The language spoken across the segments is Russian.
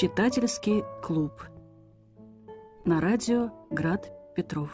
Читательский клуб на радио Град Петров.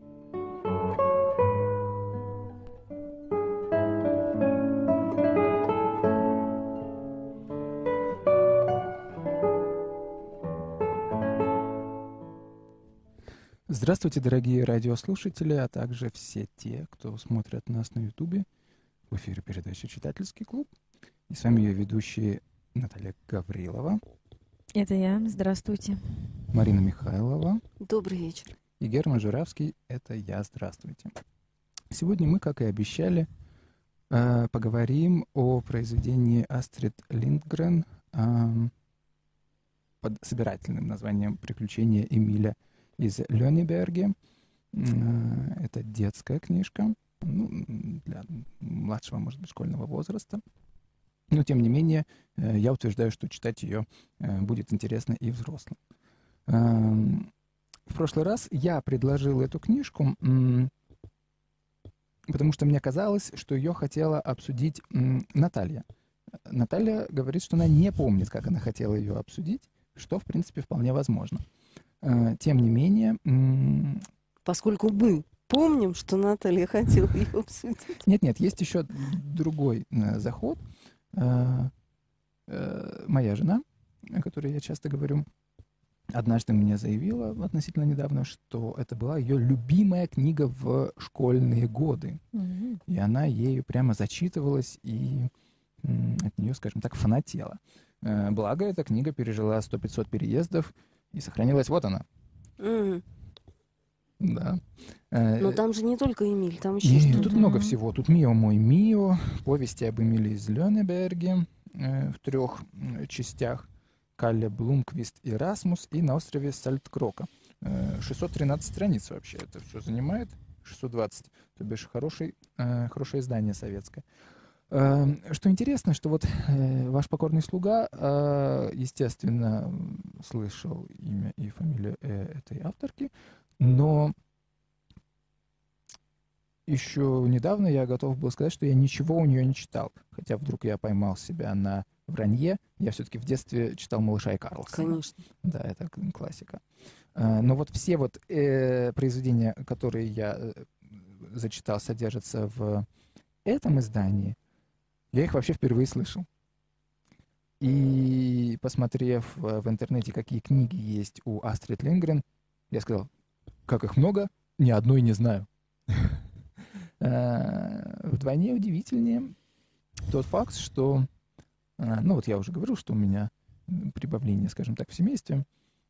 Здравствуйте, дорогие радиослушатели, а также все те, кто смотрят нас на Ютубе. В эфире передача «Читательский клуб». И с вами ее ведущие Наталья Гаврилова. Это я. Здравствуйте. Марина Михайлова. Добрый вечер. И Герман Журавский. Это я. Здравствуйте. Сегодня мы, как и обещали, поговорим о произведении Астрид Линдгрен под собирательным названием «Приключения Эмиля из Лённеберге». Это детская книжка, для младшего, может быть, школьного возраста. Но, тем не менее, я утверждаю, что читать ее будет интересно и взрослым. В прошлый раз я предложил эту книжку, потому что мне казалось, что ее хотела обсудить Наталья. Наталья говорит, что она не помнит, как она хотела ее обсудить, что, в принципе, вполне возможно. Тем не менее... Поскольку мы помним, что Наталья хотела ее обсудить. Нет, есть еще другой заход. Моя жена, о которой я часто говорю, однажды мне заявила относительно недавно, что это была ее любимая книга в школьные годы. Mm-hmm. И она ею прямо зачитывалась и от нее, скажем так, фанатела. Благо, эта книга пережила 100-500 переездов и сохранилась. Вот она. Mm-hmm. Да. Но там же не только Эмиль, там еще что-то. Тут много всего. Тут «Мио, мой Мио», повести об Эмиле из Лённеберге в 3 частях, Калле, Блумквист и Расмус, и на острове Сальткрока. 613 страниц вообще это все занимает, 620, то бишь хорошее издание советское. Что интересно, что вот ваш покорный слуга, естественно, слышал имя и фамилию этой авторки, но еще недавно я готов был сказать, что я ничего у нее не читал. Хотя вдруг я поймал себя на вранье. Я все-таки в детстве читал «Малыша и Карлсона». Конечно. Да, это классика. Но вот все вот произведения, которые я зачитал, содержатся в этом издании, я их вообще впервые слышал. И посмотрев в интернете, какие книги есть у Астрид Линдгрен, я сказал, как их много, ни одной не знаю. Вдвойне удивительнее тот факт, что, вот я уже говорил, что у меня прибавление, скажем так, в семействе.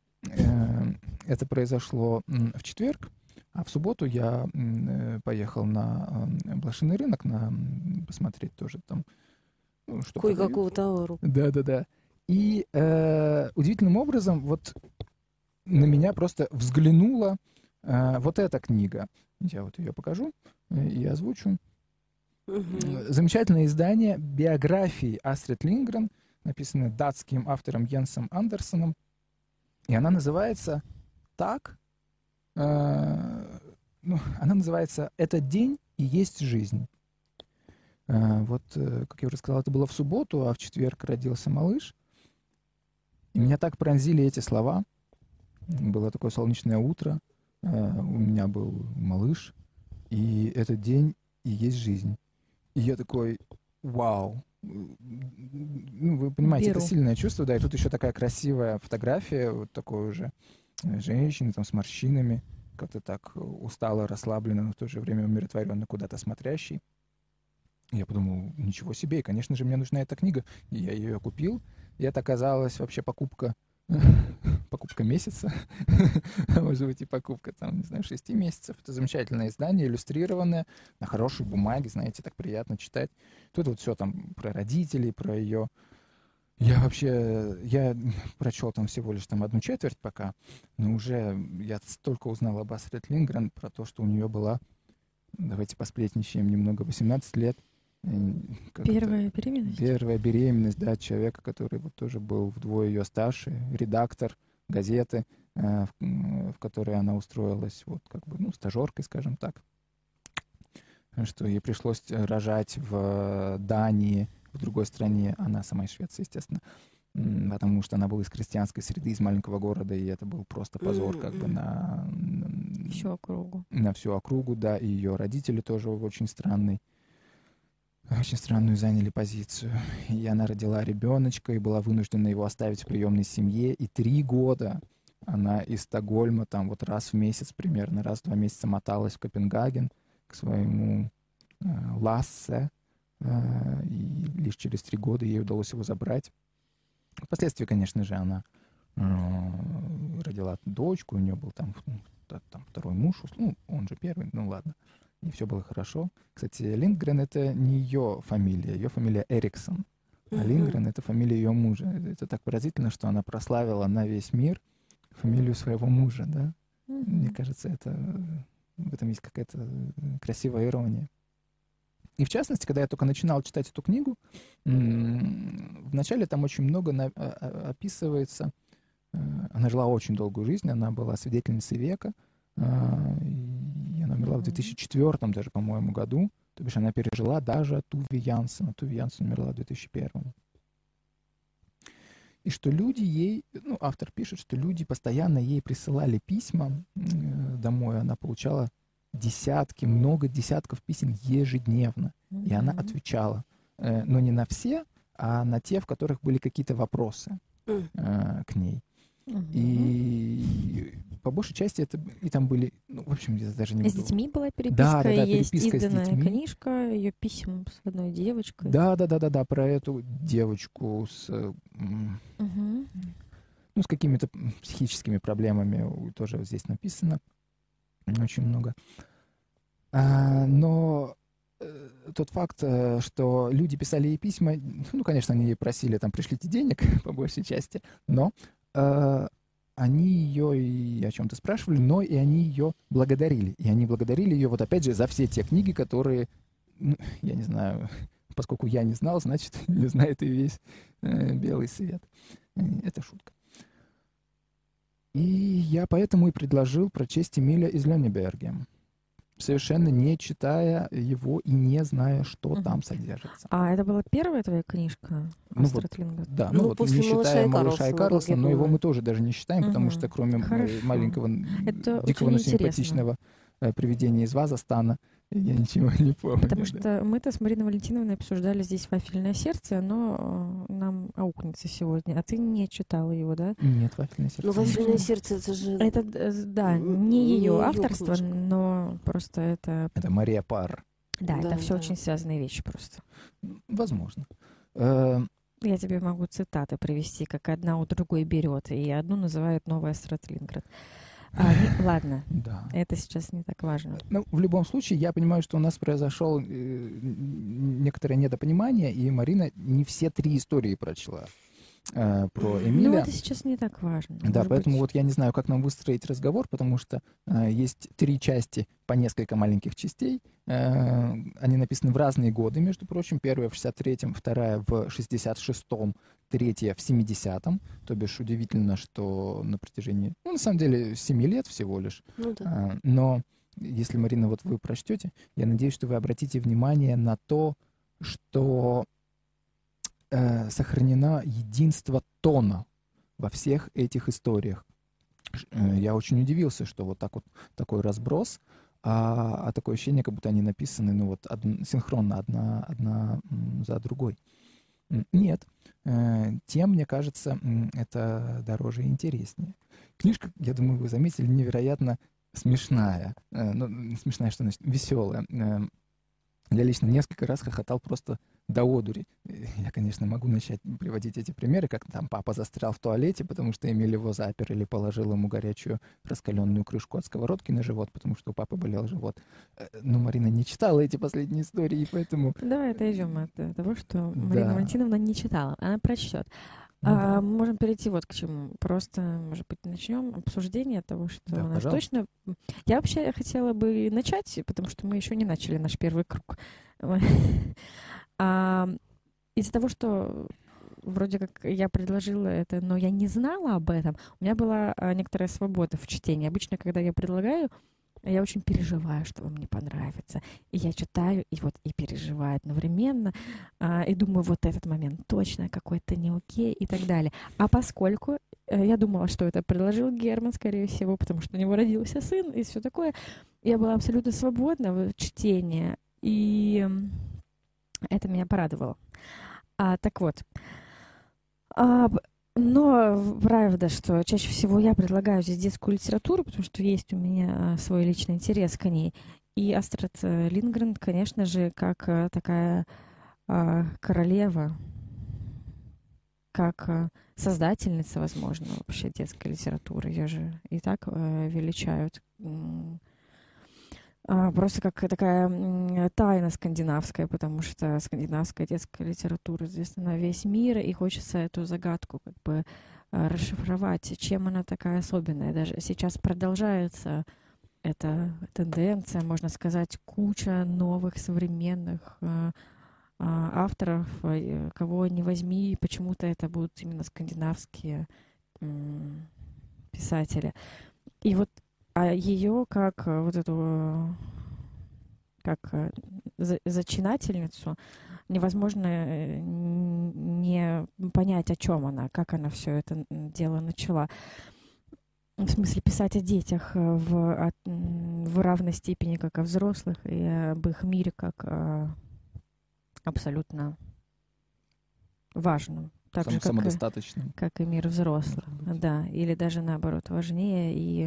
Это произошло в четверг, а в субботу я поехал на блошиный рынок посмотреть тоже там, что кое-какого товара. Да. И удивительным образом вот на меня просто взглянула вот эта книга. Я вот ее покажу и озвучу. Замечательное издание биографии Астрид Линдгрен, написанное датским автором Йенсом Андерсоном. И она называется так. Она называется «Этот день и есть жизнь». Вот, как я уже сказал, это было в субботу, а в четверг родился малыш. И меня так пронзили эти слова. Было такое солнечное утро. У меня был малыш, и этот день и есть жизнь. И я такой, вау. Вы понимаете, это сильное чувство, да, и тут еще такая красивая фотография, вот такой уже женщины там с морщинами, как-то так устало, расслабленно, но в то же время умиротворенно куда-то смотрящий. И я подумал, ничего себе, и, конечно же, мне нужна эта книга. И я ее купил, и это оказалась вообще покупка месяца, может быть, и покупка, 6 месяцев. Это замечательное издание, иллюстрированное, на хорошей бумаге, знаете, так приятно читать. Тут вот все там про родителей, про ее... Я прочел там всего лишь 1/4 пока, но уже я столько узнал об Астрид Линдгрен, про то, что у нее была, давайте посплетничаем немного, 18 лет. Первая беременность? Первая беременность, да, человека, который вот тоже был вдвое ее старше, редактор газеты, в которой она устроилась, стажеркой, скажем так. Что ей пришлось рожать в Дании, в другой стране, она сама из Швеции, естественно. потому что она была из крестьянской среды, из маленького города, и это был просто позор как бы на всю округу. На всю округу, да, и ее родители тоже очень странную заняли позицию. И она родила ребеночка и была вынуждена его оставить в приемной семье, и 3 года она из Стокгольма там вот раз в месяц примерно, раз в 2 месяца моталась в Копенгаген к своему Лассе, и лишь через 3 года ей удалось его забрать. Впоследствии, конечно же, она родила дочку, у нее был там второй муж, ну, он же первый, ну ладно, и все было хорошо. Кстати, Линдгрен — это не ее фамилия Эриксон, а Линдгрен — это фамилия ее мужа. Это так поразительно, что она прославила на весь мир фамилию своего мужа, да? Мне кажется, в этом есть какая-то красивая ирония. И в частности, когда я только начинал читать эту книгу, вначале там очень много описывается. Она жила очень долгую жизнь, она была свидетельницей века, и она умерла в 2004 даже, по-моему, году. То бишь она пережила даже Туви Янсен. Туви Янсен умерла в 2001. И что люди ей, автор пишет, что люди постоянно ей присылали письма домой, она получала много десятков писем ежедневно, и она отвечала. Но не на все, а на те, в которых были какие-то вопросы к ней. И по большей части это и там были, в общем, я даже не буду... С детьми была переписка, да, есть переписка изданная с детьми. книжка, ее писем с одной девочкой. Да, про эту девочку с какими-то психическими проблемами тоже здесь написано очень много. Но тот факт, что люди писали ей письма, конечно, они ей просили, пришлите денег, по большей части, но они ее и о чем-то спрашивали, но и они ее благодарили. И они благодарили ее, вот опять же, за все те книги, которые, я не знаю, поскольку я не знал, значит, не знает и весь белый свет. Это шутка. И я поэтому и предложил прочесть Эмиля из Лённеберге, совершенно не читая его и не зная, что там содержится. А это была первая твоя книжка? После «Малыша не считая «Малыша и Карлсона», Карлсона», но его мы тоже даже не считаем, потому что кроме маленького, дикого, но симпатичного привидения из Вазастана, я ничего не помню. Потому что мы-то с Мариной Валентиновной обсуждали здесь «Вафельное сердце», оно нам аукнется сегодня. А ты не читала его, да? Нет, «Вафельное сердце». Но «Вафельное сердце» — это же... Это, да, не ее авторство, но просто это... Это Мария Парр. Да, это все очень связанные вещи просто. Возможно. Я тебе могу цитаты привести, как одна у другой берет, и одну называют «Новая Астрид Линдгрен». Ладно, да. Это сейчас не так важно. В любом случае, я понимаю, что у нас произошло некоторое недопонимание, и Марина не все 3 истории прочла про Эмиля. Ну, это сейчас не так важно. Да, поэтому вот я не знаю, как нам выстроить разговор, потому что есть 3 части по несколько маленьких частей. Они написаны в разные годы, между прочим. Первая в 63-м, вторая в 66-м, третья в 70-м. То бишь удивительно, что на протяжении, на самом деле, 7 лет всего лишь. Да. Но если, Марина, вот вы прочтете, я надеюсь, что вы обратите внимание на то, что сохранено единство тона во всех этих историях. Я очень удивился, что вот так вот такой разброс, а такое ощущение, как будто они написаны синхронно одна за другой. Нет. Тем, мне кажется, это дороже и интереснее. Книжка, я думаю, вы заметили, невероятно смешная. Смешная, что значит? Веселая. Я лично несколько раз хохотал просто до одури. Я, конечно, могу начать приводить эти примеры, как там папа застрял в туалете, потому что Эмиль его запер или положил ему горячую раскаленную крышку от сковородки на живот, потому что у папы болел живот. Но Марина не читала эти последние истории, и поэтому... Давай отойдем от того, что Марина Валентиновна не читала. Она прочтет. Мы можем перейти вот к чему. Просто, может быть, начнем обсуждение того, что у нас точно... Я вообще хотела бы начать, потому что мы еще не начали наш первый круг. Из-за того, что вроде как я предложила это, но я не знала об этом, у меня была некоторая свобода в чтении. Обычно, когда я предлагаю, Я очень переживаю, что вам не понравится. И я читаю, и вот и переживаю одновременно, и думаю, вот этот момент точно какой-то не окей и так далее. А поскольку я думала, что это предложил Герман, скорее всего, потому что у него родился сын и все такое, я была абсолютно свободна в чтении, и это меня порадовало. Так вот. Но правда, что чаще всего я предлагаю здесь детскую литературу, потому что есть у меня свой личный интерес к ней. И Астрид Лингрен, конечно же, как такая королева, как создательница, возможно, вообще детской литературы. Ее же и так величают. Просто как такая тайна скандинавская, потому что скандинавская детская литература известна на весь мир, и хочется эту загадку как бы расшифровать, чем она такая особенная. Даже сейчас продолжается эта тенденция, можно сказать, куча новых современных авторов, кого не возьми, почему-то это будут именно скандинавские писатели. И вот ее как вот эту как зачинательницу невозможно не понять, о чем она, как она все это дело начала. В смысле писать о детях в равной степени, как о взрослых, и об их мире как абсолютно важном. Так же, самодостаточным. Как и мир взрослых. Да, или даже наоборот, важнее. И...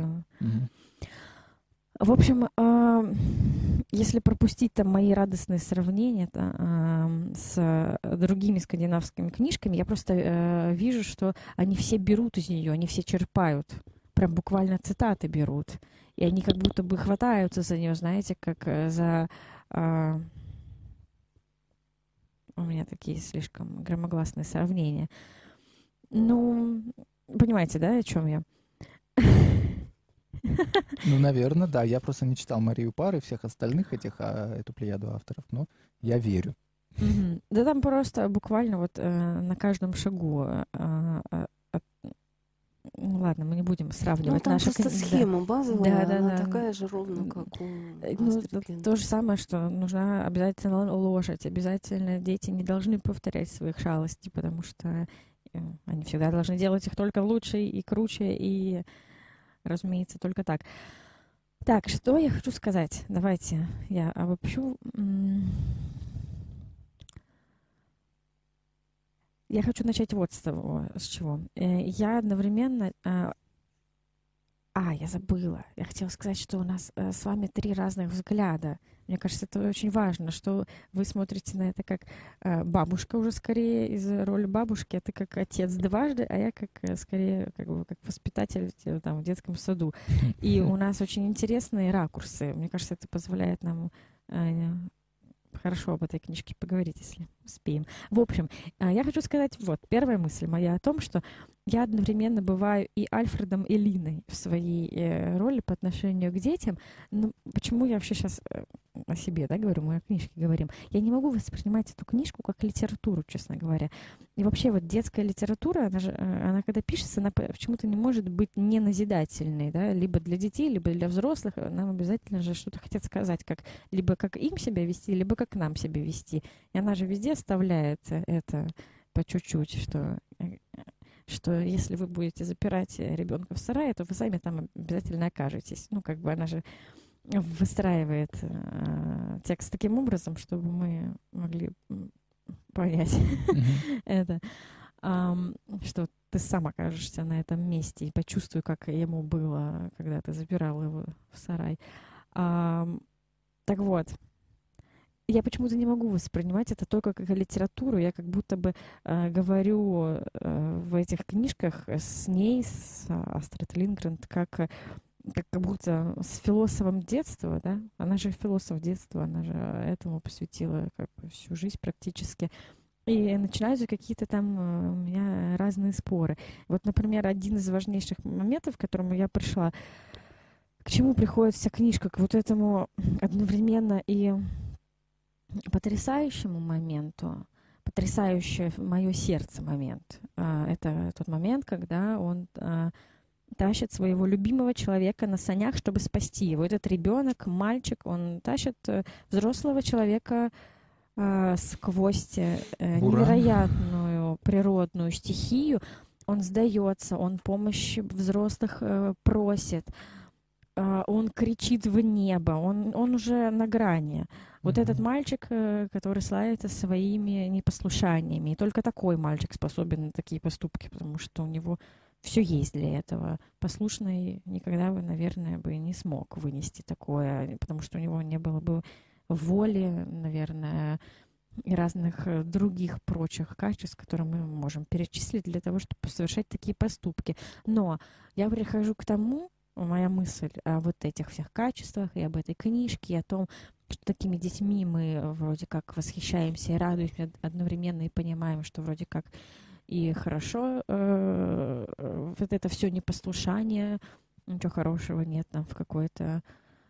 В общем, если пропустить там мои радостные сравнения с другими скандинавскими книжками, я просто вижу, что они все берут из нее, они все черпают. Прям буквально цитаты берут. И они как будто бы хватаются за нее, знаете, как за... У меня такие слишком громогласные сравнения. Ну, понимаете, да, о чем я? Ну, наверное, да. Я просто не читал Марию Пар и всех остальных эту плеяду авторов, но я верю. Да там просто буквально вот на каждом шагу... Ну ладно, мы не будем сравнивать там наши... просто схема базовая, да, она такая же ровно, как у Астрид. То же самое, что нужна обязательно лошадь, обязательно дети не должны повторять своих шалостей, потому что они всегда должны делать их только лучше и круче, и, разумеется, только так. Так, что я хочу сказать? Давайте я обобщу. Я хочу начать вот с того, с чего. Я одновременно... я забыла. Я хотела сказать, что у нас с вами 3 разных взгляда. Мне кажется, это очень важно, что вы смотрите на это как бабушка уже скорее из роли бабушки, это как отец дважды, а я как скорее как воспитатель там, в детском саду. И у нас очень интересные ракурсы. Мне кажется, это позволяет нам хорошо об этой книжке поговорить, если успеем. В общем, я хочу сказать, вот, первая мысль моя о том, что я одновременно бываю и Альфредом, и Линой в своей роли по отношению к детям. Но почему я вообще сейчас о себе, да, говорю, мы о книжке говорим? Я не могу воспринимать эту книжку как литературу, честно говоря. И вообще вот детская литература, она когда пишется, она почему-то не может быть неназидательной, да, либо для детей, либо для взрослых. Нам обязательно же что-то хотят сказать, либо как им себя вести, либо как нам себя вести. И она же везде оставляет это по чуть-чуть, что если вы будете запирать ребенка в сарае, то вы сами там обязательно окажетесь. Ну, как бы она же выстраивает текст таким образом, чтобы мы могли понять это, что ты сам окажешься на этом месте и почувствуй, как ему было, когда ты запирал его в сарай. Так вот, я почему-то не могу воспринимать это только как литературу. Я как будто бы говорю в этих книжках с ней, с Астрид Лингрен, как будто с философом детства, да? Она же философ детства, она же этому посвятила как бы всю жизнь практически. И начинаются какие-то там у меня разные споры. Вот, например, один из важнейших моментов, к которому я пришла, к чему приходит вся книжка, к вот этому одновременно и потрясающему моменту, потрясающее мое сердце момент. Это тот момент, когда он тащит своего любимого человека на санях, чтобы спасти его. Этот ребенок, мальчик, он тащит взрослого человека сквозь невероятную природную стихию. Он сдается, он помощи взрослых просит, он кричит в небо, он уже на грани. Вот этот мальчик, который славится своими непослушаниями, и только такой мальчик способен на такие поступки, потому что у него все есть для этого. Послушный никогда бы, наверное, бы не смог вынести такое, потому что у него не было бы воли, наверное, и разных других прочих качеств, которые мы можем перечислить для того, чтобы совершать такие поступки. Но я прихожу к тому, моя мысль о вот этих всех качествах и об этой книжке, и о том, что такими детьми мы вроде как восхищаемся и радуемся одновременно и понимаем, что вроде как и хорошо вот это все непослушание, ничего хорошего нет там в какой-то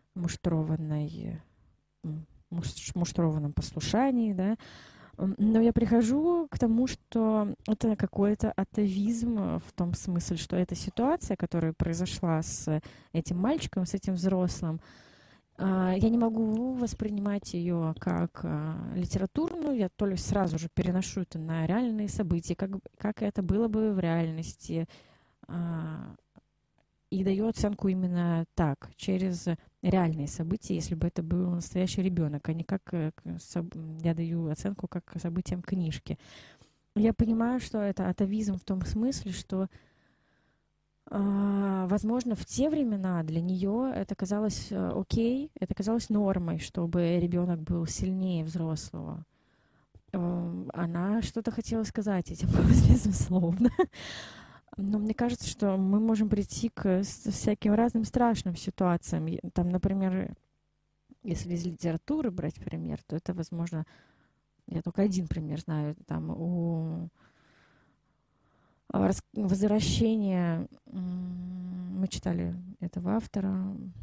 муштрованном послушании, да. Но я прихожу к тому, что это какой-то атовизм в том смысле, что эта ситуация, которая произошла с этим мальчиком, с этим взрослым, я не могу воспринимать ее как литературную, я то ли сразу же переношу это на реальные события, как это было бы в реальности, и даю оценку именно так, через реальные события, если бы это был настоящий ребенок, а не как я даю оценку как событиям книжки. Я понимаю, что это атовизм в том смысле, что, возможно, в те времена для нее это казалось окей, это казалось нормой, чтобы ребенок был сильнее взрослого. Она что-то хотела сказать этим, безусловно. Но мне кажется, что мы можем прийти к всяким разным страшным ситуациям. Там, например, если из литературы брать пример, то это, возможно, я только один пример знаю. Там у возвращения, мы читали этого автора,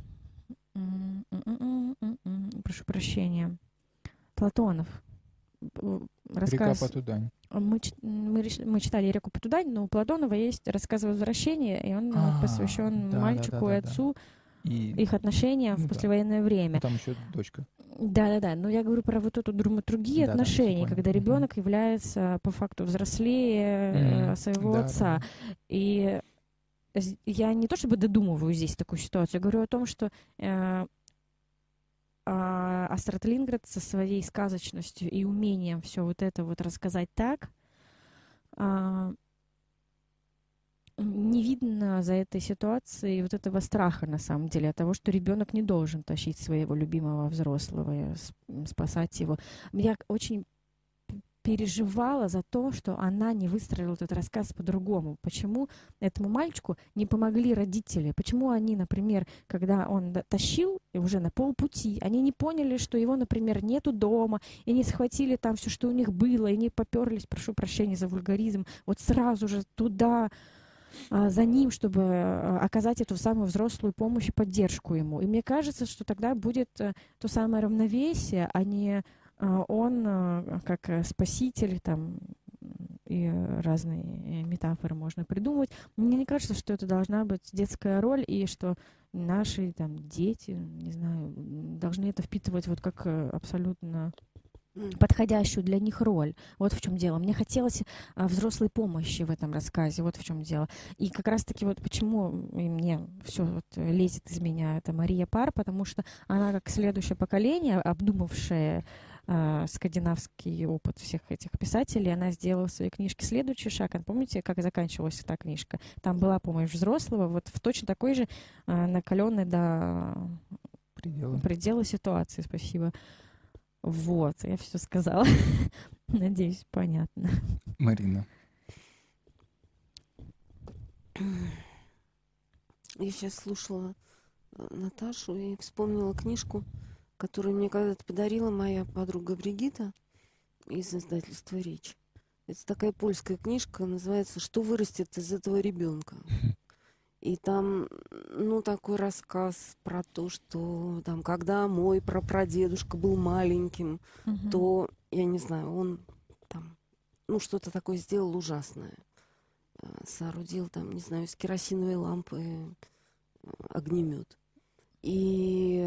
прошу прощения, Платонов. Река Потудань. Мы читали «Реку Потудань», но у Платонова есть рассказ «Возвращение», и он посвящен мальчику и отцу, и их отношениям в послевоенное время. Там еще дочка. Да. Но я говорю про вот эту драматургию отношений, когда ребенок является по факту взрослее своего отца. И я не то чтобы додумываю здесь такую ситуацию, я говорю о том, что Астрид Лингрен со своей сказочностью и умением все вот это вот рассказать так, не видно за этой ситуацией вот этого страха, на самом деле, от того, что ребенок не должен тащить своего любимого взрослого, спасать его. Я очень переживала за то, что она не выстроила этот рассказ по-другому. Почему этому мальчику не помогли родители? Почему они, например, когда он тащил уже на полпути, они не поняли, что его, например, нету дома, и не схватили там все, что у них было, и не поперлись, прошу прощения за вульгаризм, вот сразу же туда, за ним, чтобы оказать эту самую взрослую помощь и поддержку ему. И мне кажется, что тогда будет то самое равновесие, а не он как спаситель, там, и разные метафоры можно придумывать. Мне не кажется, что это должна быть детская роль, и что наши там дети, не знаю, должны это впитывать вот как абсолютно подходящую для них роль. Вот в чем дело. Мне хотелось взрослой помощи в этом рассказе. Вот в чем дело. И как раз-таки вот почему мне все вот лезет из меня это Мария Пар, потому что она как следующее поколение, обдумавшее скандинавский опыт всех этих писателей, она сделала в своей книжке следующий шаг. Помните, как заканчивалась эта книжка? Там была помощь взрослого, вот в точно такой же накаленной до предела ситуации. Спасибо. Вот, я все сказала. Надеюсь, понятно. Марина. Я сейчас слушала Наташу и вспомнила книжку, которую мне когда-то подарила моя подруга Бригита из издательства «Речь». Это такая польская книжка, называется «Что вырастет из этого ребенка?». И там, такой рассказ про то, что там, когда мой прапрадедушка был маленьким, то, я не знаю, он там, что-то такое сделал ужасное. соорудил там, не знаю, из керосиновой лампы огнемет. И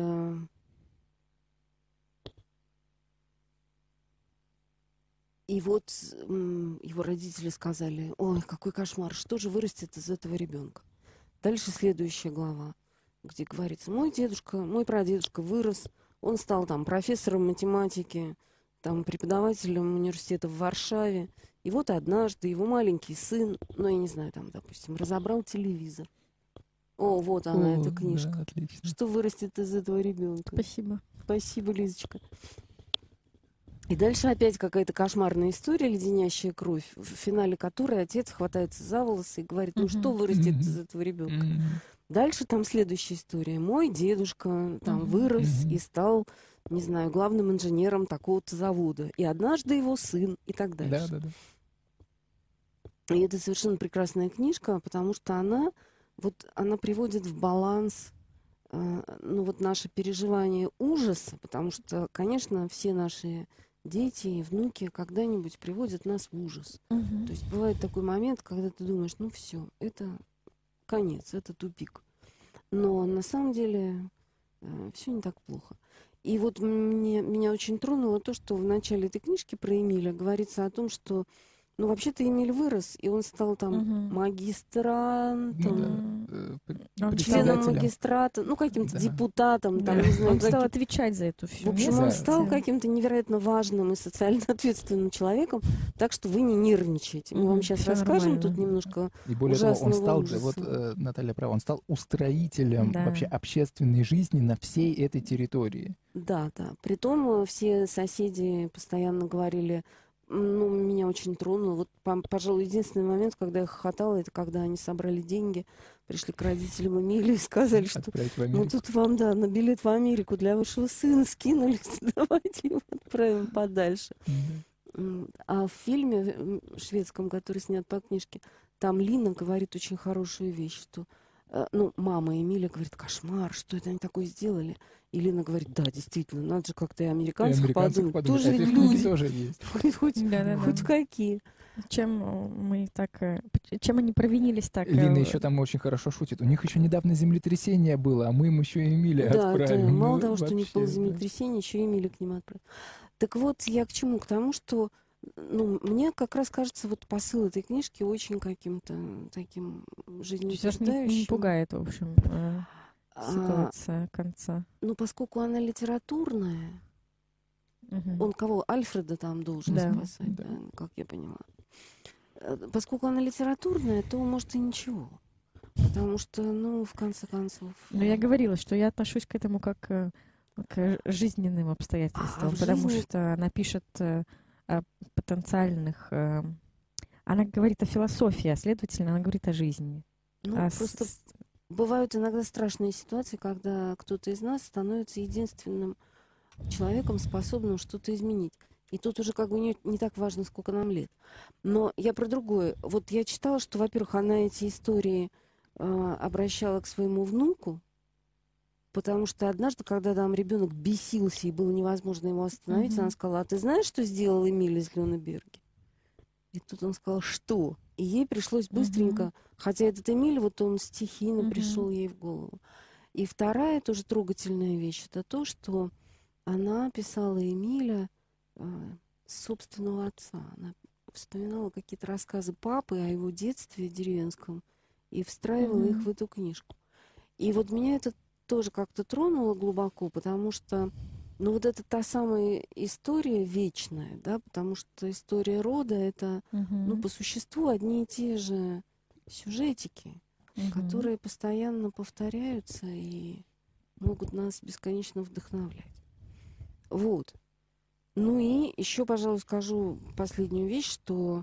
вот его родители сказали: ой, какой кошмар, что же вырастет из этого ребенка? Дальше следующая глава, где говорится: мой дедушка, мой прадедушка вырос, он стал там профессором математики, там преподавателем университета в Варшаве. И вот однажды его маленький сын, ну, я не знаю, там, допустим, разобрал телевизор. О, вот она, эта книжка. Да, отлично. Что вырастет из этого ребенка? Спасибо. Спасибо, Лизочка. И дальше опять какая-то кошмарная история, леденящая кровь, в финале которой отец хватается за волосы и говорит: ну что вырастет из этого ребенка? Дальше там следующая история. Мой дедушка там вырос и стал, не знаю, главным инженером такого-то завода. И однажды его сын, и так дальше. Да. И это совершенно прекрасная книжка, потому что она приводит в баланс наше переживание ужаса, потому что, конечно, все наши дети и внуки когда-нибудь приводят нас в ужас. То есть бывает такой момент, когда ты думаешь: ну все, это конец, это тупик. Но на самом деле все не так плохо. И вот меня очень тронуло то, что в начале этой книжки про Эмиля говорится о том, что вообще-то Эмиль вырос, и он стал там магистрантом, членом магистрата, каким-то депутатом, там, не знаю. Он стал отвечать за эту всю. В общем, он стал каким-то невероятно важным и социально ответственным человеком, так что вы не нервничайте. Мы вам сейчас расскажем тут немножко. И более того, он стал, Наталья права, он стал устроителем вообще общественной жизни на всей этой территории. Да. Притом все соседи постоянно говорили: меня очень тронуло. Вот, пожалуй, единственный момент, когда я хохотала, это когда они собрали деньги, пришли к родителям Эмили и сказали, что тут вам, на билет в Америку для вашего сына скинули, давайте его отправим подальше. А в фильме шведском, который снят по книжке, там Лина говорит очень хорошую вещь, что мама Эмиля говорит: кошмар, что это они такое сделали? И Лина говорит: да, действительно, надо же как-то и американцев подумать. Тоже ведь люди. Тоже есть. Хоть какие. Чем они провинились так? Лина еще там очень хорошо шутит. У них еще недавно землетрясение было, а мы им еще Эмиля отправим. Да, мало того, что у них было землетрясение, еще Эмиля к ним отправим. Так вот, я к чему? К тому, что мне как раз кажется, вот посыл этой книжки очень каким-то таким жизнеутверждающим. Не пугает, в общем, ситуация конца. Поскольку она литературная, он кого? Альфреда там должен спасать, да, как я поняла. Поскольку она литературная, то, может, и ничего. Потому что, в конце концов... Но я говорила, что я отношусь к этому как к жизненным обстоятельствам, потому что она пишет о потенциальных... Она говорит о философии, а следовательно, она говорит о жизни. Просто бывают иногда страшные ситуации, когда кто-то из нас становится единственным человеком, способным что-то изменить. И тут уже не так важно, сколько нам лет. Но я про другое. Вот я читала, что, во-первых, она эти истории обращала к своему внуку, потому что однажды, когда там ребенок бесился и было невозможно его остановить, она сказала: а ты знаешь, что сделал Эмиль из Лёнеберги? И тут он сказал: что? И ей пришлось быстренько, хотя этот Эмиль, вот он стихийно пришел ей в голову. И вторая тоже трогательная вещь, это то, что она писала Эмиля собственного отца. Она вспоминала какие-то рассказы папы о его детстве деревенском и встраивала их в эту книжку. И вот меня это тоже как-то тронуло глубоко, потому что, вот это та самая история вечная, да, потому что история рода — это, по существу одни и те же сюжетики, которые постоянно повторяются и могут нас бесконечно вдохновлять. Вот. И еще, пожалуй, скажу последнюю вещь, что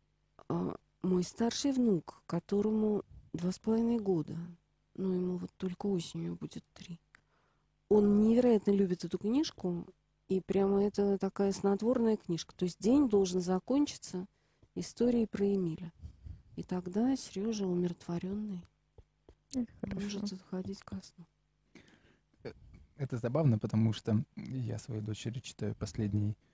мой старший внук, которому 2,5 года, ему вот только осенью будет 3, он невероятно любит эту книжку, и прямо это такая снотворная книжка. То есть день должен закончиться историей про Эмиля. И тогда Сережа умиротворенный может отходить ко сну. Это забавно, потому что я своей дочери читаю последний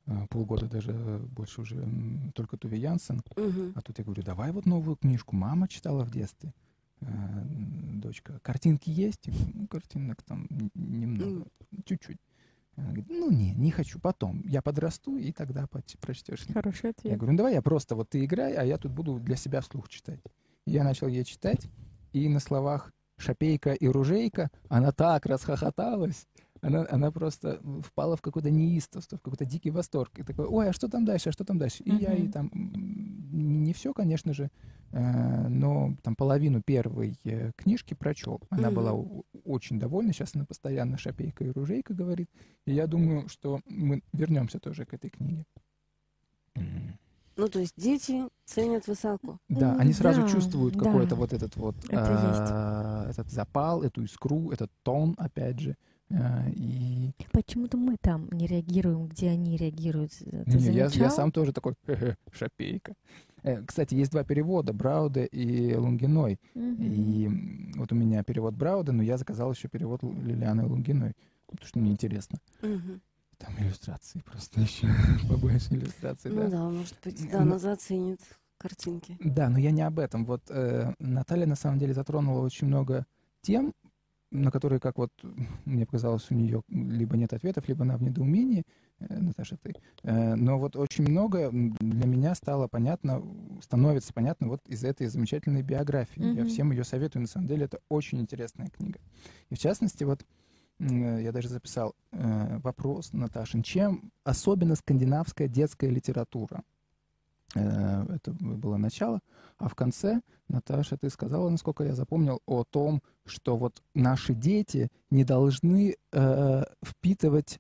полгода даже больше уже только Туве Янсен. А тут я говорю, давай вот новую книжку. Мама читала в детстве. Дочка, картинки есть? Я говорю, картинок там немного, чуть-чуть. Она говорит, не хочу, потом. Я подрасту, и тогда прочтешь. Хороший ответ. Я говорю, давай я просто, вот ты играй, а я тут буду для себя вслух читать. И я начал ей читать, и на словах «шапейка» и «ружейка» она так расхохоталась. Она просто впала в какое-то неистовство, в какой-то дикий восторг. И такой, ой, а что там дальше, а что там дальше? И я ей там, не все, конечно же, но там половину первой книжки прочел. Она была очень довольна, сейчас она постоянно «шапейка» и «ружейка» говорит. И я думаю, что мы вернемся тоже к этой книге. Ну, то есть дети ценят высоко. Да, они сразу чувствуют какой-то вот этот этот запал, эту искру, этот тон, опять же. И почему-то мы там не реагируем, где они реагируют. Я сам тоже такой шапейка. Кстати, есть два перевода, Брауде и Лунгиной. И вот у меня перевод Брауде, но я заказал еще перевод Лилианы Лунгиной, потому что мне интересно. Там иллюстрации просто еще побольше иллюстраций. Ну да, может быть, да, она заценит картинки. Да, но я не об этом. Вот Наталья на самом деле затронула очень много тем, на которые, как вот мне показалось, у нее либо нет ответов, либо она в недоумении, Наташа, ты. Но вот очень много для меня становится понятно вот из этой замечательной биографии. Я всем ее советую, на самом деле это очень интересная книга. И в частности, вот я даже записал вопрос, Наташин, чем особенно скандинавская детская литература? Это было начало. А в конце, Наташа, ты сказала, насколько я запомнил, о том, что вот наши дети не должны впитывать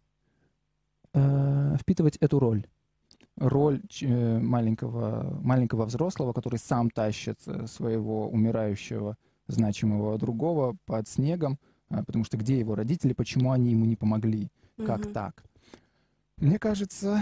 эту роль. Роль маленького взрослого, который сам тащит своего умирающего значимого другого под снегом, потому что где его родители, почему они ему не помогли, как так? Мне кажется,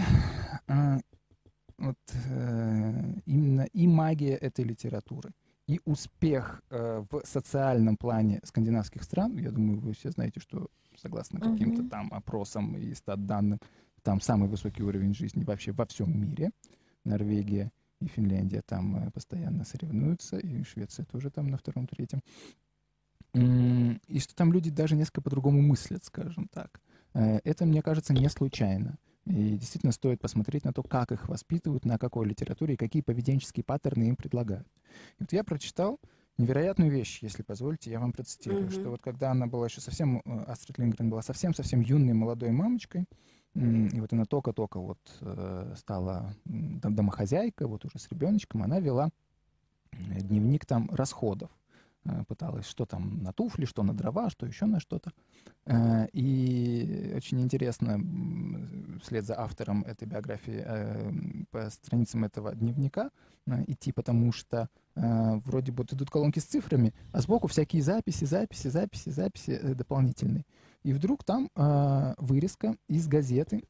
именно и магия этой литературы, и успех в социальном плане скандинавских стран, я думаю, вы все знаете, что согласно каким-то там опросам и статданным, там самый высокий уровень жизни вообще во всем мире. Норвегия и Финляндия там постоянно соревнуются, и Швеция тоже там на втором, третьем. И что там люди даже несколько по-другому мыслят, скажем так. Это, мне кажется, не случайно. И действительно стоит посмотреть на то, как их воспитывают, на какой литературе и какие поведенческие паттерны им предлагают. И вот я прочитал невероятную вещь, если позволите, я вам процитирую, что вот когда она была еще совсем, Астрид Лингрен была совсем-совсем юной молодой мамочкой, и вот она только-только вот стала домохозяйкой, вот уже с ребеночком, она вела дневник там расходов. Пыталась, что там на туфли, что на дрова, что еще на что-то. И очень интересно, вслед за автором этой биографии, по страницам этого дневника идти, потому что вроде бы идут колонки с цифрами, а сбоку всякие записи дополнительные. И вдруг там вырезка из газеты,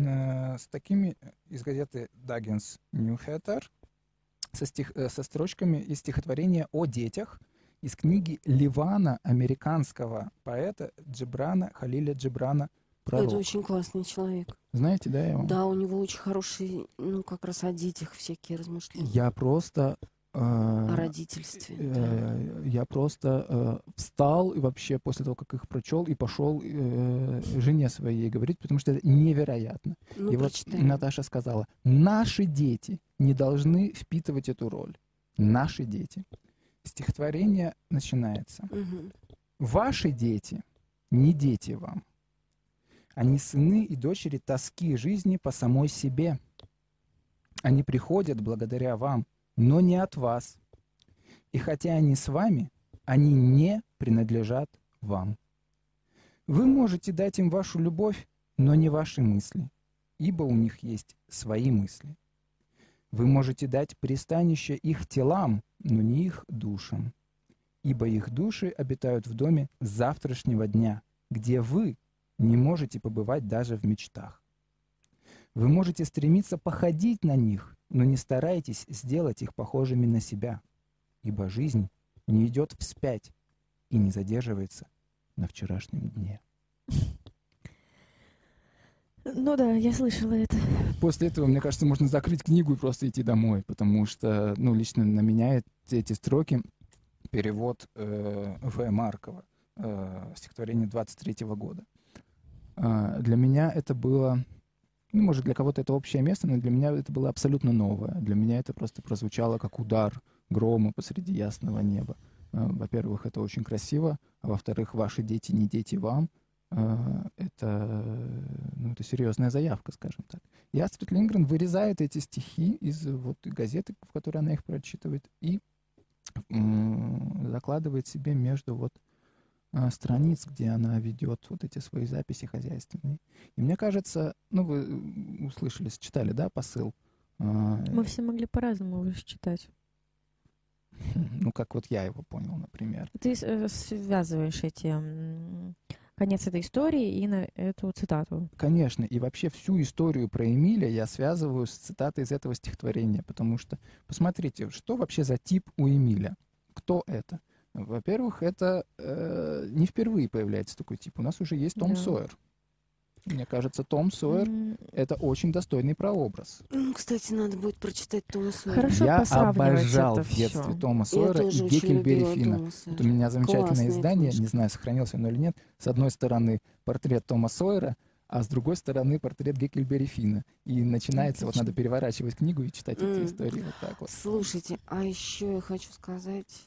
из газеты Dagens Nyheter, со строчками из стихотворения о детях, из книги Ливана, американского поэта Халиля Джибрана «Пророк». Это очень классный человек. Знаете, да, его? Да, у него очень хорошие, как раз о детях всякие размышления. Я просто... о родительстве. Я просто встал и вообще после того, как их прочел, и пошел жене своей говорить, потому что это невероятно. И прочитай. Вот Наташа сказала, наши дети не должны впитывать эту роль. Наши дети. Стихотворение начинается. Ваши дети не дети вам. Они сыны и дочери тоски жизни по самой себе. Они приходят благодаря вам, но не от вас. И хотя они с вами, они не принадлежат вам. Вы можете дать им вашу любовь, но не ваши мысли, ибо у них есть свои мысли. Вы можете дать пристанище их телам, но не их душам, ибо их души обитают в доме завтрашнего дня, где вы не можете побывать даже в мечтах. Вы можете стремиться походить на них, но не старайтесь сделать их похожими на себя, ибо жизнь не идет вспять и не задерживается на вчерашнем дне. Ну да, я слышала это. После этого, мне кажется, можно закрыть книгу и просто идти домой, потому что, ну, лично на меня эти строки перевод В. Маркова, стихотворение 23-го года. Для меня это было, ну, может, для кого-то это общее место, но для меня это было абсолютно новое. Для меня это просто прозвучало как удар грома посреди ясного неба. Во-первых, это очень красиво, а во-вторых, ваши дети не дети вам. Это серьезная заявка, скажем так. И Астрид Линдгрен вырезает эти стихи из вот газеты, в которой она их прочитывает, и закладывает себе между вот страниц, где она ведет вот эти свои записи хозяйственные. И мне кажется, ну, вы услышали, читали, да, посыл? Мы все могли по-разному его читать. Ну, как вот я его понял, например. Ты связываешь конец этой истории и на эту цитату. Конечно, и вообще всю историю про Эмиля я связываю с цитатой из этого стихотворения, потому что, посмотрите, что вообще за тип у Эмиля? Кто это? Во-первых, это не впервые появляется такой тип. У нас уже есть Том Сойер. Мне кажется, Том Сойер — это очень достойный прообраз. Кстати, надо будет прочитать Тома Сойера. Хорошо, я обожал это в детстве всё. Тома Сойера и Геккельбери Финна. Вот у меня замечательное Классная издание, книжка. не знаю, сохранился оно или нет. С одной стороны портрет Тома Сойера, а с другой стороны портрет Геккельбери Финна. И начинается, вот надо переворачивать книгу и читать эти истории вот так вот. Слушайте, а еще я хочу сказать,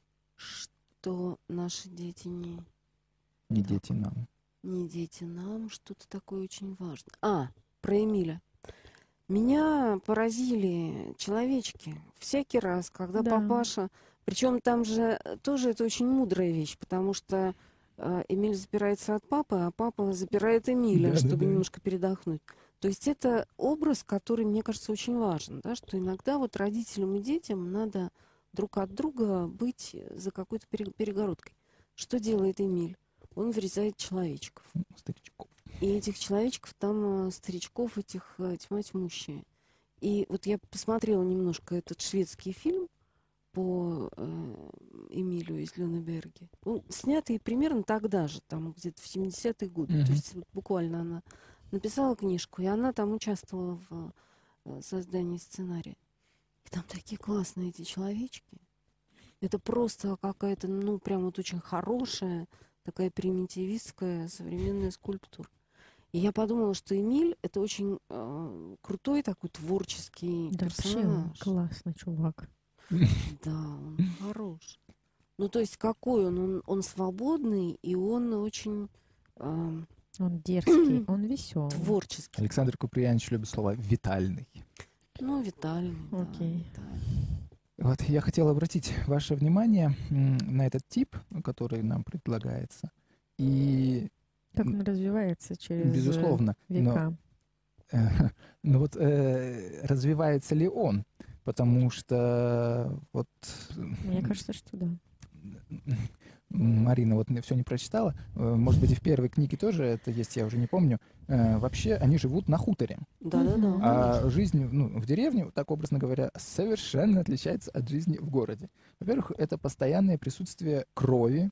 что наши дети не дети нам. Не дети нам, что-то такое очень важное. Про Эмиля. Меня поразили человечки. Всякий раз, когда папаша... Причем там же тоже это очень мудрая вещь, потому что Эмиль запирается от папы, а папа запирает Эмиля, чтобы немножко передохнуть. То есть это образ, который, мне кажется, очень важен, да, что иногда вот родителям и детям надо друг от друга быть за какой-то перегородкой. Что делает Эмиль? Он вырезает человечков. Старичков. И этих человечков, там старичков этих тьма тьмущая. И вот я посмотрела немножко этот шведский фильм по Эмилю из Лённеберге. Он снятый примерно тогда же, там где-то в 70-е годы. То есть вот буквально она написала книжку, и она там участвовала в создании сценария. И там такие классные эти человечки. Это просто какая-то, ну, прям вот очень хорошая, такая примитивистская современная скульптура. И я подумала, что Эмиль — это очень крутой такой творческий персонаж. Вообще классный чувак. Да, он хорош. Ну, то есть какой он? Он свободный, и он очень... Он дерзкий, он веселый. Творческий. Александр Куприянович любит слово «витальный». Ну, витальный, Окей. да, витальный. Вот я хотел обратить ваше внимание на этот тип, который нам предлагается. И как он развивается через безусловно, века. Но вот развивается ли он? Потому что вот... Мне кажется, что да. Марина вот все не прочитала. Может быть, и в первой книге тоже это есть, я уже не помню. Вообще, они живут на хуторе. Да-да-да. А жизнь в деревне, так образно говоря, совершенно отличается от жизни в городе. Во-первых, это постоянное присутствие крови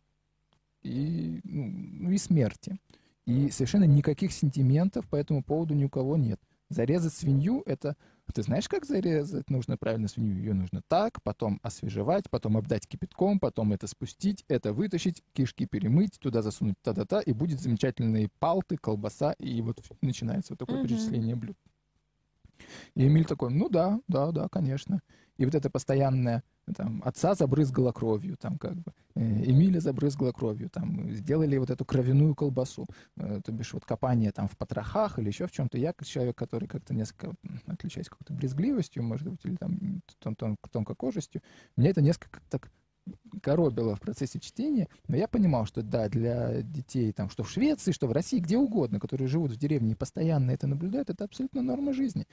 и смерти. И совершенно никаких сентиментов по этому поводу ни у кого нет. Зарезать свинью — это... Ты знаешь, как зарезать? Нужно правильно свинью. Ее нужно так, потом освежевать, потом обдать кипятком, потом это спустить, это вытащить, кишки перемыть, туда засунуть та-та-та, и будет замечательные палты, колбаса, и вот начинается вот такое перечисление блюд. И Эмиль такой, ну да, конечно. И вот это постоянное, там, отца забрызгало кровью, там, как бы, Эмиля забрызгало кровью, там, сделали вот эту кровяную колбасу, то бишь вот копание там в потрохах или еще в чем-то. Я, как человек, который как-то несколько отличаюсь какой-то брезгливостью, может быть, или там тонкокожестью, меня это несколько так коробило в процессе чтения, но я понимал, что да, для детей, там, что в Швеции, что в России, где угодно, которые живут в деревне и постоянно это наблюдают, это абсолютно норма жизни.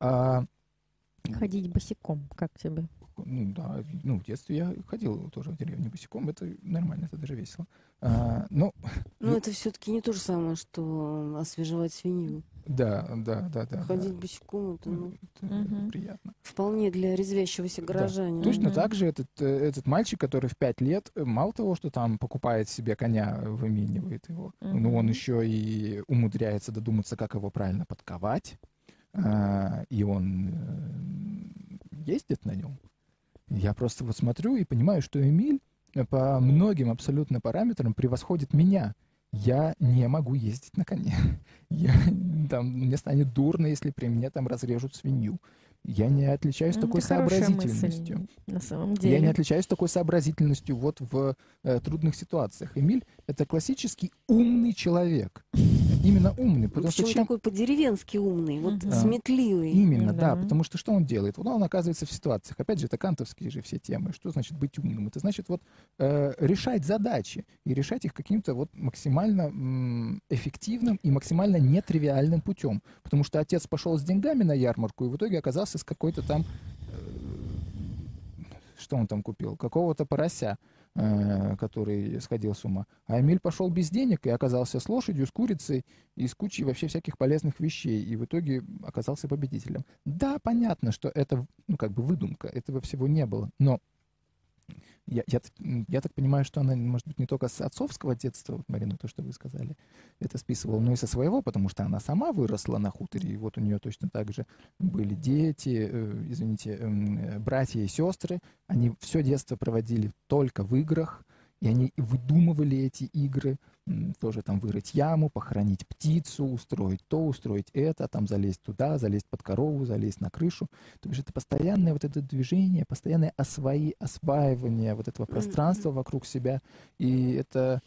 Ходить босиком, как тебе? Ну да, в детстве я ходил тоже в деревню босиком, это нормально, это даже весело. Но это все-таки не то же самое, что освежевать свинью. Да. Ходить босиком, это приятно. Вполне для резвящегося горожанина. Да. Точно так же этот мальчик, который в 5 лет, мало того, что там покупает себе коня, выменивает его, но он еще и умудряется додуматься, как его правильно подковать, и он ездит на нем. Я просто вот смотрю и понимаю, что Эмиль по многим абсолютно параметрам превосходит меня. Я не могу ездить на коне. Мне станет дурно, если при мне там разрежут свинью. Я не отличаюсь такой сообразительностью. Мысль, на самом деле. Я не отличаюсь такой сообразительностью вот в трудных ситуациях. Эмиль — это классический умный человек. Именно умный. Потому что такой по-деревенски умный, сметливый. Именно, да. Потому что что он делает? Вот он оказывается в ситуациях. Опять же, это кантовские же все темы. Что значит быть умным? Это значит вот решать задачи и решать их каким-то вот максимально эффективным и максимально нетривиальным путем. Потому что отец пошел с деньгами на ярмарку и в итоге оказался с какой-то там... Что он там купил? Какого-то порося, который сходил с ума. А Эмиль пошел без денег и оказался с лошадью, с курицей и с кучей вообще всяких полезных вещей. И в итоге оказался победителем. Да, понятно, что это выдумка. Этого всего не было. Но я так понимаю, что она, может быть, не только с отцовского детства, вот, Марина, то, что вы сказали, это списывала, но и со своего, потому что она сама выросла на хуторе, и вот у нее точно так же были дети, братья и сестры. Они все детство проводили только в играх, и они выдумывали эти игры, тоже там вырыть яму, похоронить птицу, устроить то, устроить это, там залезть туда, залезть под корову, залезть на крышу. То есть это постоянное вот это движение, постоянное осваивание вот этого пространства вокруг себя. И это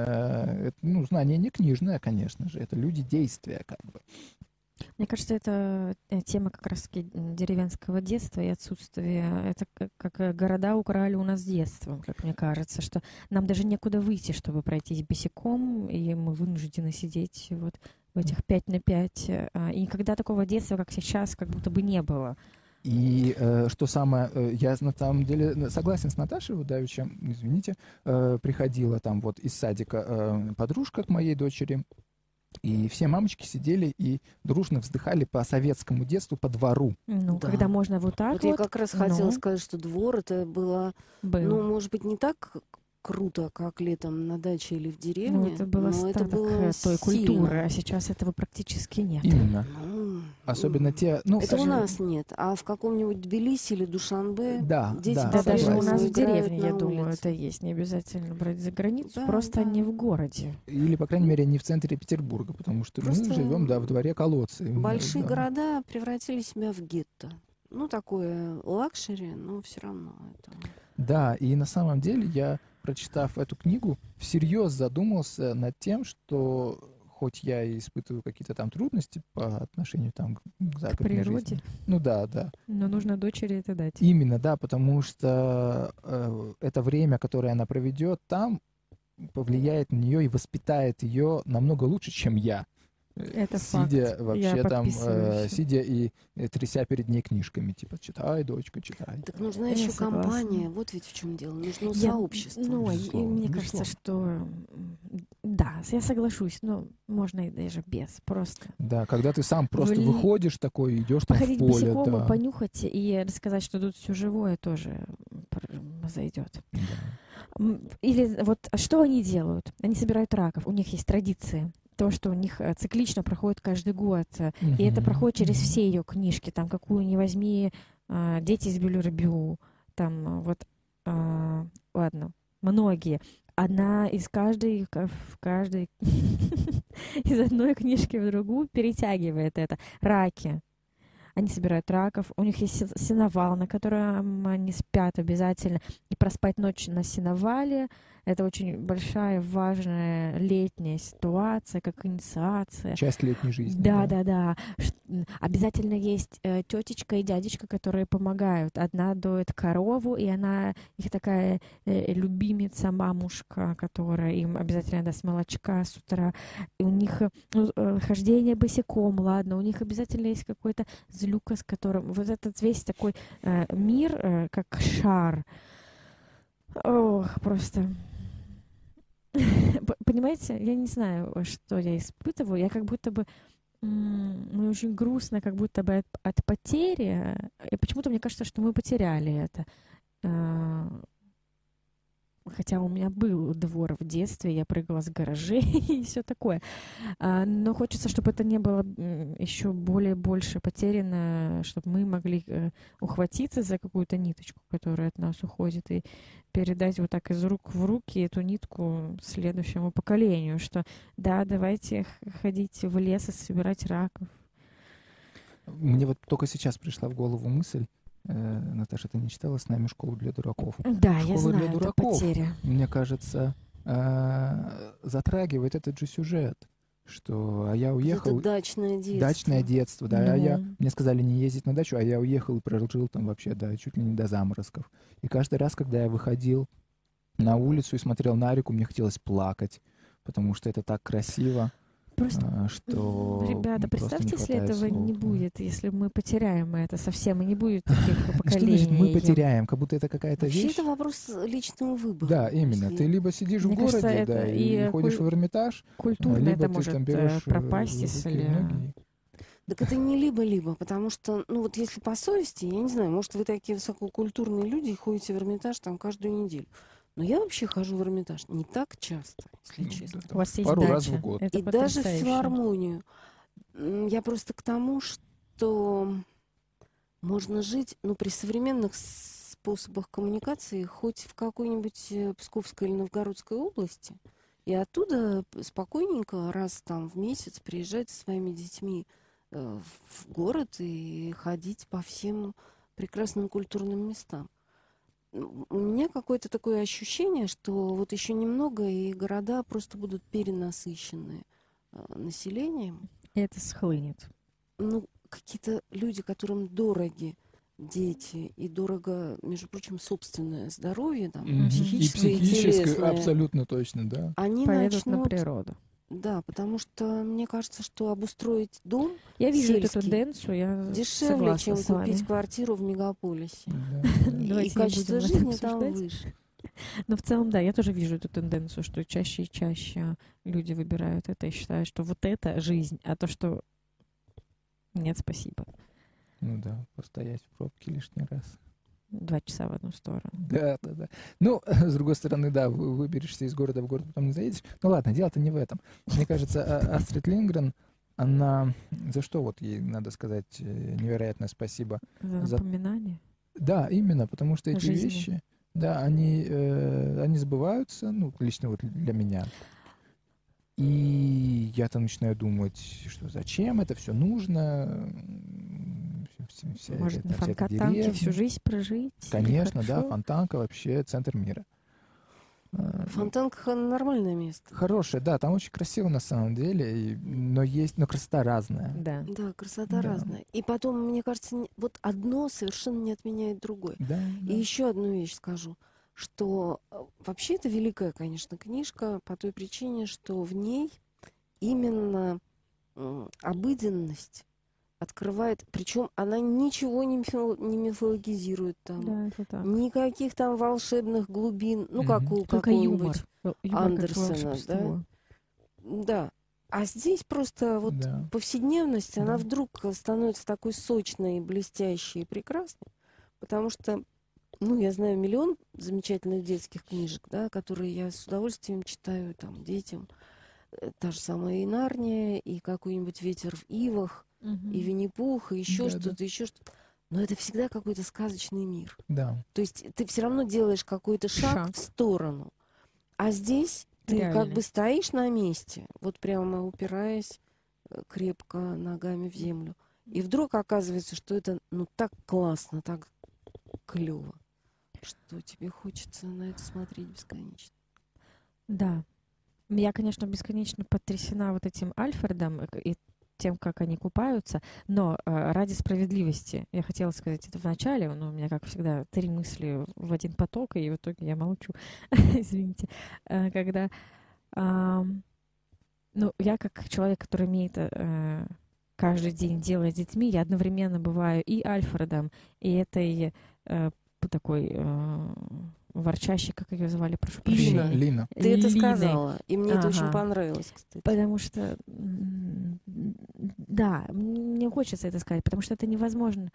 знание не книжное, конечно же, это люди действия как бы. Мне кажется, это тема как раз-таки деревенского детства и отсутствия. Это как города украли у нас детство, как мне кажется, что нам даже некуда выйти, чтобы пройтись босиком, и мы вынуждены сидеть вот в этих 5/5. И никогда такого детства, как сейчас, как будто бы не было. И что самое, я на самом деле согласен с Наташей Удавичем, извините, приходила там вот из садика подружка к моей дочери, и все мамочки сидели и дружно вздыхали по советскому детству, по двору. Ну, да. Когда можно вот так вот. Я как раз хотела сказать, что двор это было, может быть, не так круто, как летом на даче или в деревне. Ну, это было остаток той культуры, а сейчас этого практически нет. Именно. Особенно те... это у нас нет, а в каком-нибудь Тбилиси или Душанбе дети даже у нас в деревне, я думаю, это есть. Не обязательно брать за границу, просто не в городе. Или, по крайней мере, не в центре Петербурга, потому что мы живем, в дворе колодцы. Большие города превратили себя в гетто. Такое лакшери, но все равно это... Да, и на самом деле я, прочитав эту книгу, всерьез задумался над тем, что хоть я и испытываю какие-то там трудности по отношению там к загородной природе. жизни. Ну да. Но нужно дочери это дать. Именно, да, потому что это время, которое она проведет там, повлияет на нее и воспитает ее намного лучше, чем я. Это сидя факт. Вообще там, сидя и тряся перед ней книжками, типа, читай, дочка, читай. Так нужна еще компания, вот ведь в чем дело, нужно сообщество. И мне кажется, что да, я соглашусь, но можно и даже без, просто. Да, когда ты сам просто выходишь такой, идешь там в поле. Походить босиком, понюхать и рассказать, что тут все живое, тоже зайдет. Да. Или вот что они делают? Они собирают раков, у них есть традиции. То, что у них циклично проходит каждый год. И это проходит через все ее книжки. Там, какую ни возьми, «Дети из Бюллера-Бю», там вот, ладно, многие. Одна из каждой из одной книжки в другую перетягивает это. Раки. Они собирают раков. У них есть сеновал, на котором они спят обязательно. И проспать ночь на сеновале — это очень большая, важная летняя ситуация, как инициация. Часть летней жизни. Да. Обязательно есть тетечка и дядечка, которые помогают. Одна доит корову, и она их такая любимица, мамушка, которая им обязательно даст молочка с утра. И у них хождение босиком, ладно. У них обязательно есть какой-то злюка, с которым... Вот этот весь такой мир, как шар. Ох, просто... Понимаете, я не знаю, что я испытываю. Я как будто бы Мне очень грустно, как будто бы от потери. И почему-то мне кажется, что мы потеряли это. Хотя у меня был двор в детстве, я прыгала с гаражей и все такое. Но хочется, чтобы это не было еще больше потеряно, чтобы мы могли ухватиться за какую-то ниточку, которая от нас уходит, и передать вот так из рук в руки эту нитку следующему поколению, что да, давайте ходить в лес и собирать раков. Мне вот только сейчас пришла в голову мысль, Наташа, ты не читала с нами «Школу для дураков»? Да, «Школа я знаю, для дураков», это потеря. мне кажется, затрагивает этот же сюжет, что я уехал... Это дачное детство. Дачное детство, да. Мне сказали не ездить на дачу, а я уехал и прожил там вообще, да, чуть ли не до заморозков. И каждый раз, когда я выходил на улицу и смотрел на реку, мне хотелось плакать, потому что это так красиво. Просто, что ребята, представьте, если этого слов, не будет, если мы потеряем это совсем, и не будет таких поколений. Что значит мы потеряем? Как будто это какая-то Вообще вещь. это вопрос личного выбора. Да, именно. Если... Ты либо сидишь Мне в городе, кажется, да, и ходишь в Эрмитаж, культурно либо это ты может там берешь пропасть, руки если... и ноги. Так это не либо-либо, потому что, ну вот если по совести, я не знаю, может вы такие высококультурные люди и ходите в Эрмитаж там каждую неделю. Но я вообще хожу в Эрмитаж не так часто, если честно. У вас есть пару дача. раз в год. Это И даже в потрясающе. филармонию. Я просто к тому, что можно жить, ну, при современных способах коммуникации хоть в какой-нибудь Псковской или Новгородской области, и оттуда спокойненько раз там в месяц приезжать со своими детьми в город и ходить по всем прекрасным культурным местам. У меня какое-то такое ощущение, что вот еще немного, и города просто будут перенасыщены населением. И это схлынет. Ну, какие-то люди, которым дороги дети, и дорого, между прочим, собственное здоровье, там, психическое и телесное. Абсолютно точно, да. Они поедут начнут... на природу. Да, потому что мне кажется, что обустроить дом Я вижу эту сельский тенденцию, я дешевле, согласна чем с вами. купить квартиру в мегаполисе. Да. И Давайте не качество будем это жизни там обсуждать. выше. Но в целом, да, я тоже вижу эту тенденцию, что чаще и чаще люди выбирают это и считают, что вот это жизнь, а то, что нет, спасибо. Ну да, постоять в пробке лишний раз. 2 часа в одну сторону. Да. Ну, с другой стороны, да, выберешься из города в город, потом не заедешь. Ну ладно, дело-то не в этом. Мне кажется, Астрид Линдгрен, она... За что вот ей надо сказать невероятное спасибо? За напоминание. Да, именно, потому что эти Жизни. вещи, да, они сбываются, ну, лично вот для меня. И я там начинаю думать, что зачем это все нужно. Может, на Фонтанке всю жизнь прожить? Конечно, да, Фонтанка вообще центр мира. Фонтанка нормальное место. Хорошее, да, там очень красиво на самом деле, но красота разная. Да. Да, красота разная. И потом, мне кажется, вот одно совершенно не отменяет другое. Да. И еще одну вещь скажу, что вообще это великая, конечно, книжка по той причине, что в ней именно обыденность открывает, причем она ничего не мифологизирует там, Да, это так. никаких там волшебных глубин, ну как у Только юмор. какого-нибудь Андерсона, да? Да. А здесь просто вот повседневность, она вдруг становится такой сочной, блестящей и прекрасной, потому что, ну, я знаю миллион замечательных детских книжек, да, которые я с удовольствием читаю там детям. Та же самая и Нарния, и какой-нибудь «Ветер в ивах», и Винни-Пух, и еще что-то, еще что-то. Но это всегда какой-то сказочный мир. Да. То есть ты все равно делаешь какой-то шаг в сторону. А здесь ты как бы стоишь на месте, вот прямо упираясь крепко ногами в землю. И вдруг оказывается, что это ну так классно, так клево, что тебе хочется на это смотреть бесконечно. Да. Я, конечно, бесконечно потрясена вот этим Альфредом и тем, как они купаются, но ради справедливости, я хотела сказать это в начале, но у меня, как всегда, 3 мысли в один поток, и в итоге я молчу, извините, когда, ну, я как человек, который умеет каждый день делать с детьми, я одновременно бываю и Альфредом, и этой такой ворчащей, как ее звали, прошу прощения. Лина. Ты это сказала, и мне это очень понравилось, кстати. Потому что Да, мне хочется это сказать, потому что это невозможно.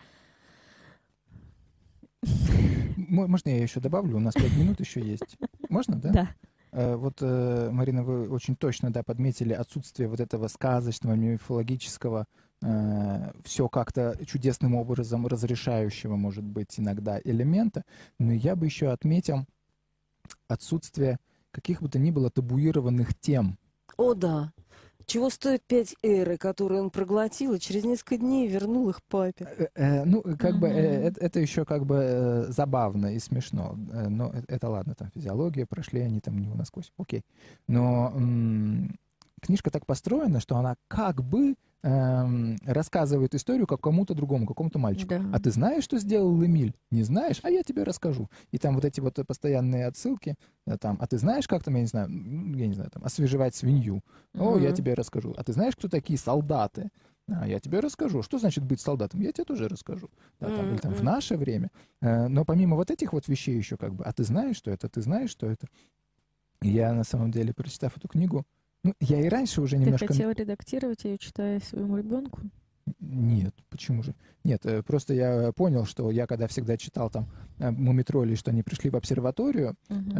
Можно я еще добавлю? У нас 5 минут еще есть. Можно, да? Да. Вот, Марина, вы очень точно, да, подметили отсутствие вот этого сказочного, мифологического, все как-то чудесным образом разрешающего, может быть, иногда элемента. Но я бы еще отметил отсутствие каких бы то ни было табуированных тем. О, да. Чего стоят 5 эры, которые он проглотил, и через несколько дней вернул их папе. Ну, как бы, это еще как бы забавно и смешно. Но это ладно, там физиология, прошли они там не насквозь, окей. Но книжка так построена, что она как бы рассказывает историю как кому-то другому, какому-то мальчику. Да. А ты знаешь, что сделал Эмиль? Не знаешь? А я тебе расскажу. И там вот эти вот постоянные отсылки, там, а ты знаешь, как там, я не знаю, там, освежевать свинью? О, я тебе расскажу. А ты знаешь, кто такие солдаты? А я тебе расскажу. Что значит быть солдатом? Я тебе тоже расскажу. Да, там, или там в наше время. Но помимо вот этих вот вещей еще как бы, а ты знаешь, что это? Ты знаешь, что это? И я на самом деле, прочитав эту книгу, ну, я и раньше уже немножко... Ты хотел редактировать ее, читая своему ребенку? Нет, почему же? Нет, просто я понял, что я когда всегда читал там «Мумитролли», что они пришли в обсерваторию,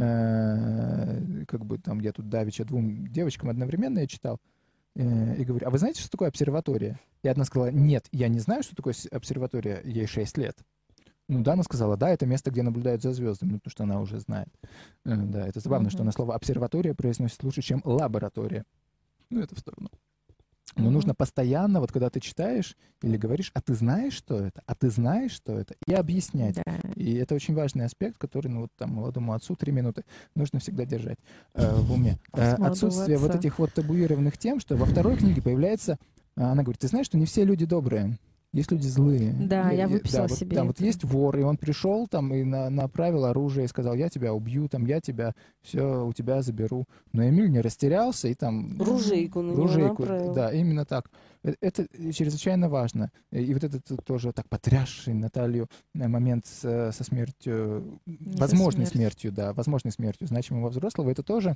как бы там я тут давеча 2 девочкам одновременно я читал, и говорю, а вы знаете, что такое обсерватория? И одна сказала, нет, я не знаю, что такое обсерватория, ей 6 лет. Ну да, она сказала, да, это место, где наблюдают за звездами, потому что она уже знает. Да, это забавно, что она слово «обсерватория» произносит лучше, чем «лаборатория». Ну, это в сторону. Но нужно постоянно, вот когда ты читаешь или говоришь, а ты знаешь, что это? А ты знаешь, что это? И объяснять. Да. И это очень важный аспект, который, ну, вот там, молодому отцу 3 минуты нужно всегда держать в уме. Отсутствие вот этих вот табуированных тем, что во второй книге появляется, она говорит, ты знаешь, что не все люди добрые. Есть люди злые. Да, я выписала да, себе да, это. вот есть вор, и он пришел там и направил оружие и сказал, я тебя убью, там, я тебя все у тебя заберу. Но Эмиль не растерялся и там... Ружейку на него направил. Да, именно так. Это чрезвычайно важно. И вот этот тоже так потрясший Наталью момент со смертью, возможной смертью, да, возможной смертью значимого взрослого, это тоже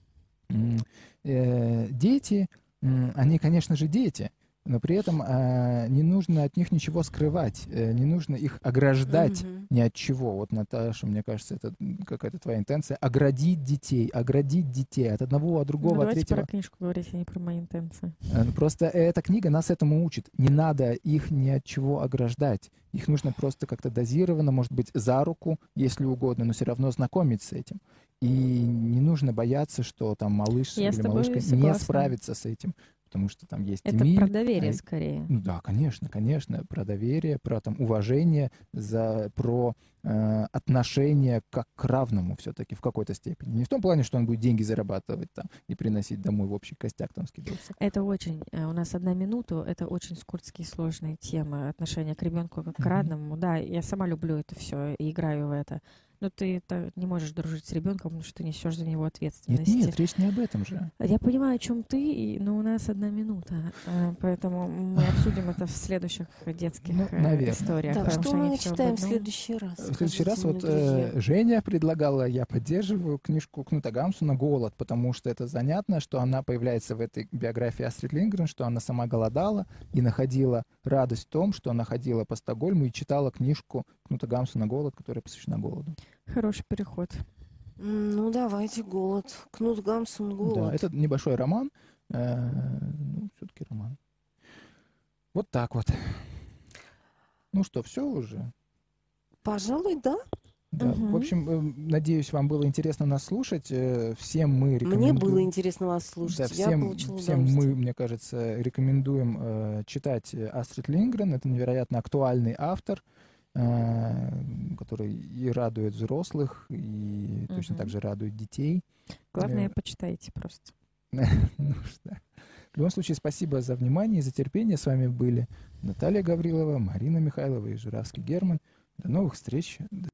дети, они, конечно же, дети, но при этом не нужно от них ничего скрывать, не нужно их ограждать ни от чего. Вот, Наташа, мне кажется, это какая-то твоя интенция. Оградить детей от одного, от другого, от третьего. Давайте про книжку говорить, а не про мои интенции. Просто эта книга нас этому учит. Не надо их ни от чего ограждать. Их нужно просто как-то дозированно, может быть, за руку, если угодно, но все равно знакомиться с этим. И не нужно бояться, что там малыш или малышка не справится с этим. Потому что там есть это Эмиль. Про доверие скорее. Ну да, конечно, про доверие, про там уважение, про отношение как к равному все-таки в какой-то степени. Не в том плане, что он будет деньги зарабатывать там и приносить домой в общий костяк там скидываться. Это очень, у нас 1 минута, это очень скользкие сложные темы, отношения к ребенку как к равному. Да, я сама люблю это все и играю в это. Но ты не можешь дружить с ребенком, потому что ты несешь за него ответственность. Нет, речь не об этом же. Я понимаю, о чем ты, но у нас 1 минута, поэтому мы обсудим это в следующих детских историях. Так, что мы читаем в следующий раз? В следующий раз вот Женя предлагала, я поддерживаю книжку Кнута Гамсуна «Голод», потому что это занятно, что она появляется в этой биографии Астрид Линдгрен, что она сама голодала и находила радость в том, что она ходила по Стокгольму и читала книжку Кнута Гамсуна «Голод», которая посвящена голоду. Хороший переход. Ну, давайте «Голод». Кнут Гамсун «Голод». Да, это небольшой роман. Ну, все-таки роман. Вот так вот. Ну что, все уже? Пожалуй, да. Да. В общем, надеюсь, вам было интересно нас слушать. Всем мы рекомендуем... Мне было интересно вас слушать. Да, всем мы, мне кажется, рекомендуем читать Астрид Линдгрен. Это невероятно актуальный автор, который и радует взрослых, и точно так же радует детей. Главное, почитайте просто. В любом случае, спасибо за внимание и за терпение. С вами были Наталья Гаврилова, Марина Михайлова и Журавский Герман. До новых встреч.